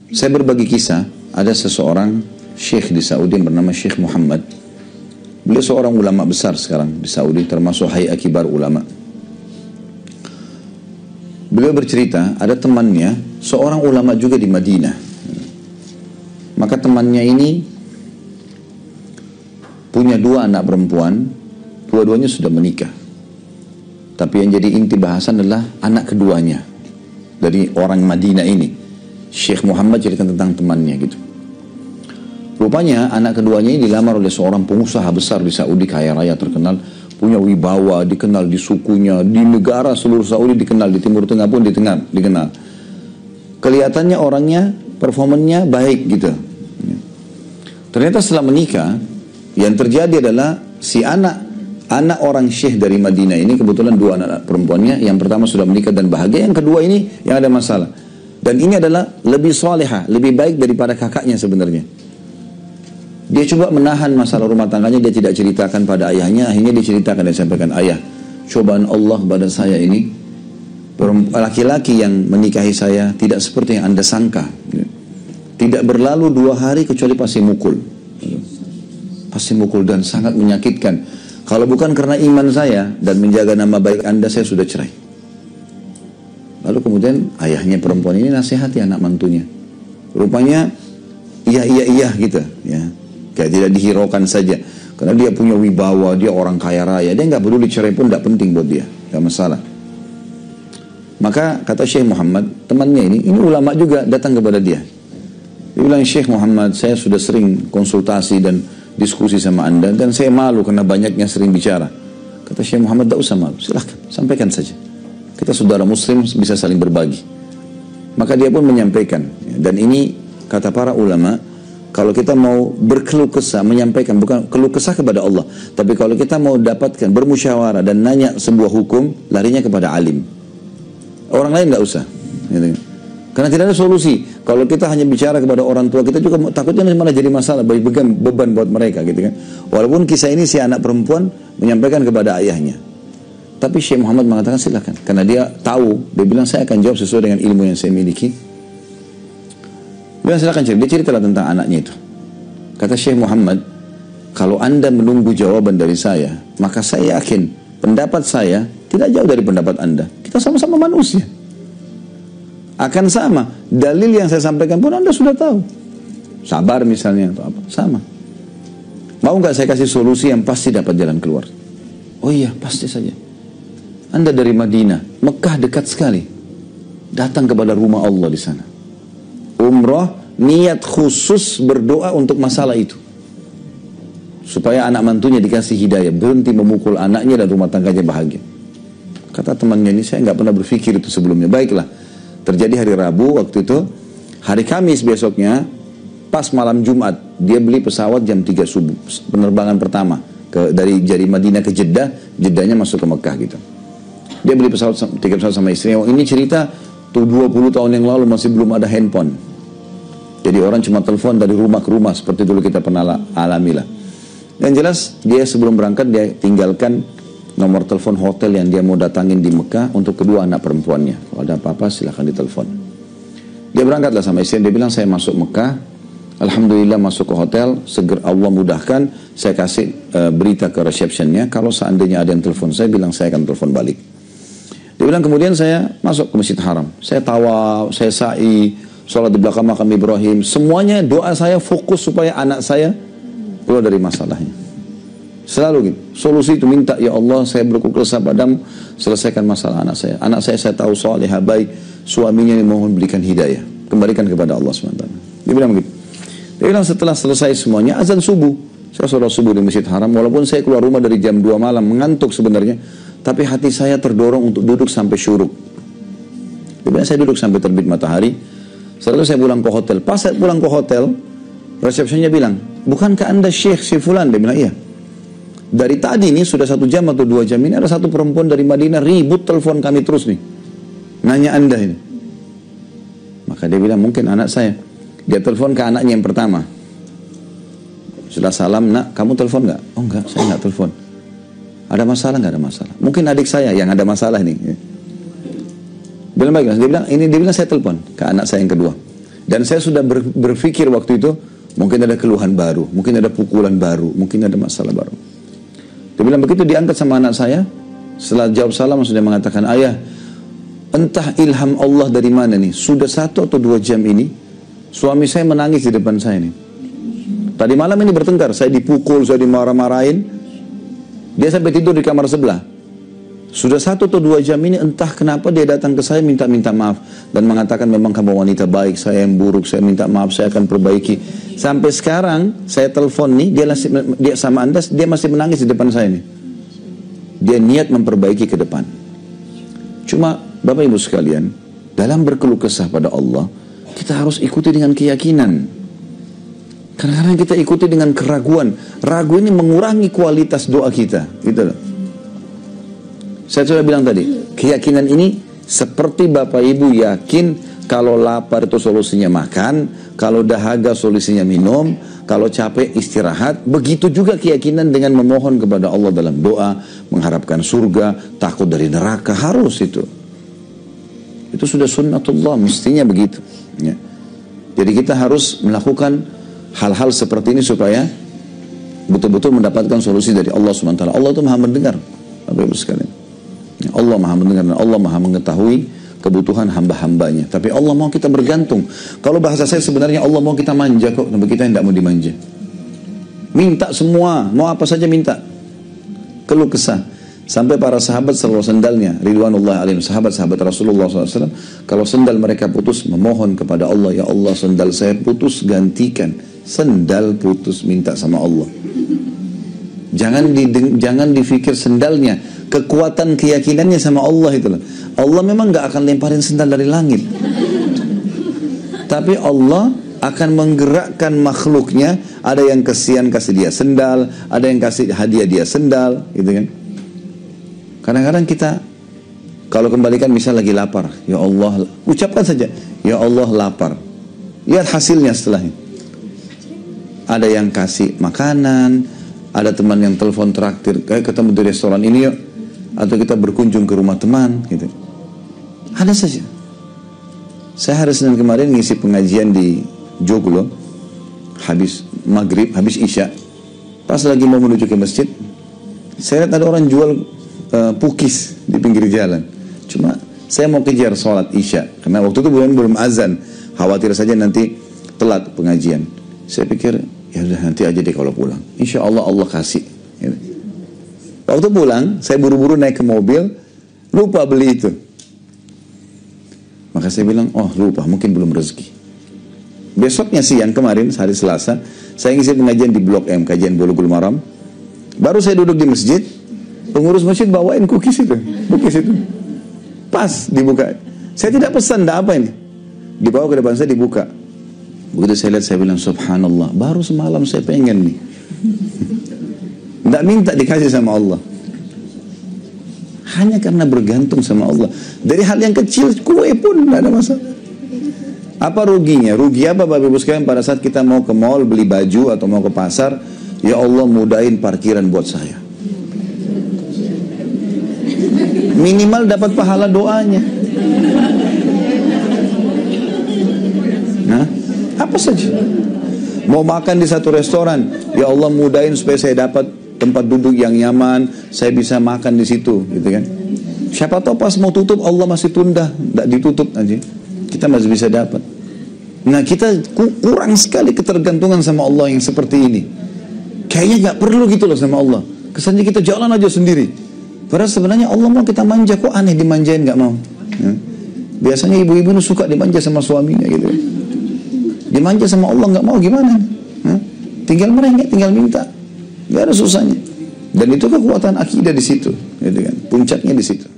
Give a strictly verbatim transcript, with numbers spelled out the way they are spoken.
Saya berbagi kisah, ada seseorang syekh di Saudi yang bernama Syekh Muhammad. Beliau seorang ulama besar sekarang di Saudi, termasuk Hay'ah Kibar Ulama. Beliau bercerita, ada temannya, seorang ulama juga di Madinah. Maka temannya ini punya dua anak perempuan, dua-duanya sudah menikah. Tapi yang jadi inti bahasan adalah anak keduanya dari orang Madinah ini. Syekh Muhammad cerita tentang temannya gitu. Rupanya anak keduanya ini dilamar oleh seorang pengusaha besar di Saudi, kaya raya terkenal, punya wibawa, dikenal di sukunya, di negara seluruh Saudi dikenal, di Timur Tengah pun dikenal, dikenal. Kelihatannya orangnya, performanya baik gitu. Ternyata setelah menikah, yang terjadi adalah si anak anak orang syekh dari Madinah ini, kebetulan dua anak perempuannya, yang pertama sudah menikah dan bahagia, yang kedua ini yang ada masalah. Dan ini adalah lebih salihah, lebih baik daripada kakaknya sebenarnya. Dia coba menahan masalah rumah tangganya, dia tidak ceritakan pada ayahnya, akhirnya dia ceritakan, dia sampaikan, ayah, cobaan Allah pada saya ini, laki-laki yang menikahi saya tidak seperti yang anda sangka. Tidak berlalu dua hari kecuali pasti mukul. Pasti mukul dan sangat menyakitkan. Kalau bukan karena iman saya dan menjaga nama baik anda, saya sudah cerai. Lalu kemudian ayahnya perempuan ini nasihati anak mantunya. Rupanya iya iya iya gitu ya. Kayak tidak dihiraukan saja. Karena dia punya wibawa, dia orang kaya raya. Dia nggak peduli cerai pun nggak penting buat dia. Nggak masalah. Maka kata Syekh Muhammad, temannya ini, ini ulama juga datang kepada dia. Dia bilang, Syekh Muhammad, saya sudah sering konsultasi dan diskusi sama anda. Dan saya malu karena banyaknya sering bicara. Kata Syekh Muhammad, tidak usah malu. Silahkan, sampaikan saja. Kita saudara muslim bisa saling berbagi. Maka dia pun menyampaikan. Dan ini kata para ulama, kalau kita mau berkeluh kesah, menyampaikan, bukan keluh kesah kepada Allah. Tapi kalau kita mau dapatkan, bermusyawarah dan nanya sebuah hukum, larinya kepada alim. Orang lain nggak usah. Gitu. Karena tidak ada solusi. Kalau kita hanya bicara kepada orang tua, kita juga takutnya malah jadi masalah, beban, beban buat mereka. Gitu kan. Walaupun kisah ini si anak perempuan menyampaikan kepada ayahnya. Tapi Syekh Muhammad mengatakan silakan. Karena dia tahu, dia bilang saya akan jawab sesuai dengan ilmu yang saya miliki. Dia silakan cerita, dia ceritalah tentang anaknya itu. Kata Syekh Muhammad, kalau anda menunggu jawaban dari saya, maka saya yakin pendapat saya tidak jauh dari pendapat anda. Kita sama-sama manusia. Akan sama. Dalil yang saya sampaikan pun anda sudah tahu. Sabar misalnya atau apa, sama. Mau nggak saya kasih solusi yang pasti dapat jalan keluar? Oh iya, pasti saja. Anda dari Madinah, Mekah dekat sekali. Datang kepada rumah Allah di sana. Umrah, niat khusus berdoa untuk masalah itu. Supaya anak mantunya dikasih hidayah, berhenti memukul anaknya dan rumah tangganya bahagia. Kata temannya ini, saya nggak pernah berpikir itu sebelumnya. Baiklah, terjadi hari Rabu waktu itu. Hari Kamis besoknya, pas malam Jumat, dia beli pesawat jam tiga subuh. Penerbangan pertama, ke, dari, dari Madinah ke Jeddah, Jeddahnya masuk ke Mekah gitu. Dia beli pesawat, tiga pesawat sama istrinya. Oh, ini cerita tuh dua puluh tahun yang lalu masih belum ada handphone. Jadi orang cuma telepon dari rumah ke rumah seperti dulu kita pernah alami lah. Yang jelas dia sebelum berangkat dia tinggalkan nomor telepon hotel yang dia mau datangin di Mekah untuk kedua anak perempuannya. Kalau ada apa-apa silahkan ditelepon. Dia berangkatlah sama istri, dia bilang saya masuk Mekah. Alhamdulillah masuk ke hotel, segera Allah mudahkan, saya kasih uh, berita ke receptionnya. Kalau seandainya ada yang telepon saya, bilang saya akan telepon balik. Dia bilang kemudian saya masuk ke Masjid Haram. Saya tawaf, saya sa'i, sholat di belakang makam Ibrahim. Semuanya doa saya fokus supaya anak saya keluar dari masalahnya. Selalu gitu. Solusi itu minta, ya Allah saya berkeluh kesah padamu, selesaikan masalah anak saya. Anak saya saya tahu salihah baik, suaminya yang mohon berikan hidayah. Kembalikan kepada Allah subhanahu wa taala. Dia bilang begitu. Dia bilang setelah selesai semuanya, azan subuh. Saya sholat subuh di Masjid Haram, walaupun saya keluar rumah dari jam dua malam, mengantuk sebenarnya. Tapi hati saya terdorong untuk duduk sampai syuruk. Dia bilang saya duduk sampai terbit matahari. Setelah saya pulang ke hotel. Pas saya pulang ke hotel, resepsinya bilang, bukankah anda Syekh si Fulan? Dia bilang, iya. Dari tadi nih, sudah satu jam atau dua jam ini, ada satu perempuan dari Madinah ribut telepon kami terus nih. Nanya anda ini. Maka dia bilang, mungkin anak saya. Dia telepon ke anaknya yang pertama. Sudah salam, nak, kamu telepon nggak? Oh enggak, saya nggak telepon. Ada masalah nggak? Ada masalah. Mungkin adik saya yang ada masalah nih. Bilang baik, dia bilang, ini dia bilang saya telepon ke anak saya yang kedua. Dan Dan saya sudah ber, berpikir waktu itu, mungkin ada keluhan baru, mungkin ada pukulan baru, mungkin ada masalah baru. Dia bilang begitu, diangkat sama anak saya. Setelah jawab salam sudah mengatakan, ayah, entah ilham Allah dari mana nih, sudah satu atau dua jam ini suami saya menangis di depan saya nih. Tadi malam ini bertengkar, saya dipukul, saya dimarah-marahin, dia sampai tidur di kamar sebelah. Sudah satu atau dua jam ini entah kenapa dia datang ke saya minta-minta maaf dan mengatakan memang kamu wanita baik, saya yang buruk, saya minta maaf, saya akan perbaiki. Sampai sekarang saya telepon nih, dia, dia sama anda, dia masih menangis di depan saya nih. Dia niat memperbaiki ke depan. Cuma Bapak Ibu sekalian, dalam berkeluh kesah pada Allah, kita harus ikuti dengan keyakinan. Kadang-kadang kita ikuti dengan keraguan. Ragu ini mengurangi kualitas doa kita. Gitu loh. Saya sudah bilang tadi, keyakinan ini seperti Bapak Ibu yakin kalau lapar itu solusinya makan, kalau dahaga solusinya minum, kalau capek istirahat. Begitu juga keyakinan dengan memohon kepada Allah dalam doa, mengharapkan surga, takut dari neraka, harus itu. Itu sudah sunnatullah, mestinya begitu. Ya. Jadi kita harus melakukan hal-hal seperti ini supaya betul-betul mendapatkan solusi dari Allah subhanahu wa taala. Allah itu maha mendengar, Bapak Ibu sekalian. Ya, Allah maha mendengar dan Allah maha mengetahui kebutuhan hamba-hambanya. Tapi Allah mau kita bergantung. Kalau bahasa saya sebenarnya Allah mau kita manja kok, tapi kita tidak mau dimanja. Minta semua, mau apa saja minta. Keluh kesah. Sampai para sahabat selalu sendalnya, ridwanullah alaihim, sahabat-sahabat Rasulullah shallallahu alaihi wasallam, kalau sendal mereka putus, memohon kepada Allah, ya Allah sendal saya putus, gantikan. Sendal putus, minta sama Allah. Jangan di, jangan difikir sendalnya, kekuatan keyakinannya sama Allah itu loh. Allah memang gak akan lemparin sendal dari langit, tapi Allah akan menggerakkan makhluknya. Ada yang kesian kasih dia sendal, ada yang kasih hadiah dia sendal, gitu kan. Kadang-kadang kita kalau kembalikan misal lagi lapar, ya Allah, ucapkan saja, ya Allah lapar. Lihat hasilnya setelahnya. Ada yang kasih makanan, ada teman yang telepon traktir, kayak ketemu di restoran ini yuk, atau kita berkunjung ke rumah teman, gitu. Ada saja. Saya hari Senin kemarin ngisi pengajian di Joglo, habis maghrib, habis isya, pas lagi mau menuju ke masjid, saya lihat ada orang jual uh, pukis di pinggir jalan. Cuma saya mau kejar sholat isya, karena waktu itu belum belum azan, khawatir saja nanti telat pengajian. Saya pikir ya udah nanti aja deh kalau pulang, insya Allah Allah kasih. Gitu. Waktu pulang, saya buru-buru naik ke mobil, lupa beli itu. Maka saya bilang, oh lupa, mungkin belum rezeki. Besoknya siang kemarin, hari Selasa, saya ngisi pengajian di Blok M, kajian Bulughul Maram. Baru saya duduk di masjid, pengurus masjid bawain cookies itu, cookies itu. Pas dibuka. Saya tidak pesan, tidak apa ini. Dibawa ke depan saya, dibuka. Begitu saya lihat, saya bilang, subhanallah, baru semalam saya pengen nih. Tidak minta dikasih sama Allah. Hanya karena bergantung sama Allah. Dari hal yang kecil, kue pun tidak ada masalah. Apa ruginya? Rugi apa Bapak Ibu sekalian pada saat kita mau ke mall beli baju atau mau ke pasar, ya Allah mudahin parkiran buat saya. Minimal dapat pahala doanya. Nah, apa saja. Mau makan di satu restoran, ya Allah mudahin supaya saya dapat tempat duduk yang nyaman, saya bisa makan di situ, gitu kan. Siapa tahu pas mau tutup Allah masih tunda, tidak ditutup aja, kita masih bisa dapat. Nah kita kurang sekali ketergantungan sama Allah yang seperti ini. Kayaknya nggak perlu gitu loh sama Allah. Kesannya kita jalan aja sendiri. Padahal sebenarnya Allah mau kita manja, kok aneh dimanjain nggak mau. Ya. Biasanya ibu-ibu suka dimanja sama suaminya gitu. Dimanja sama Allah nggak mau gimana? Ya. Tinggal merengek, tinggal minta. Gak ada susahnya. Dan itu kekuatan akidah di situ, gitu kan. Puncaknya di situ.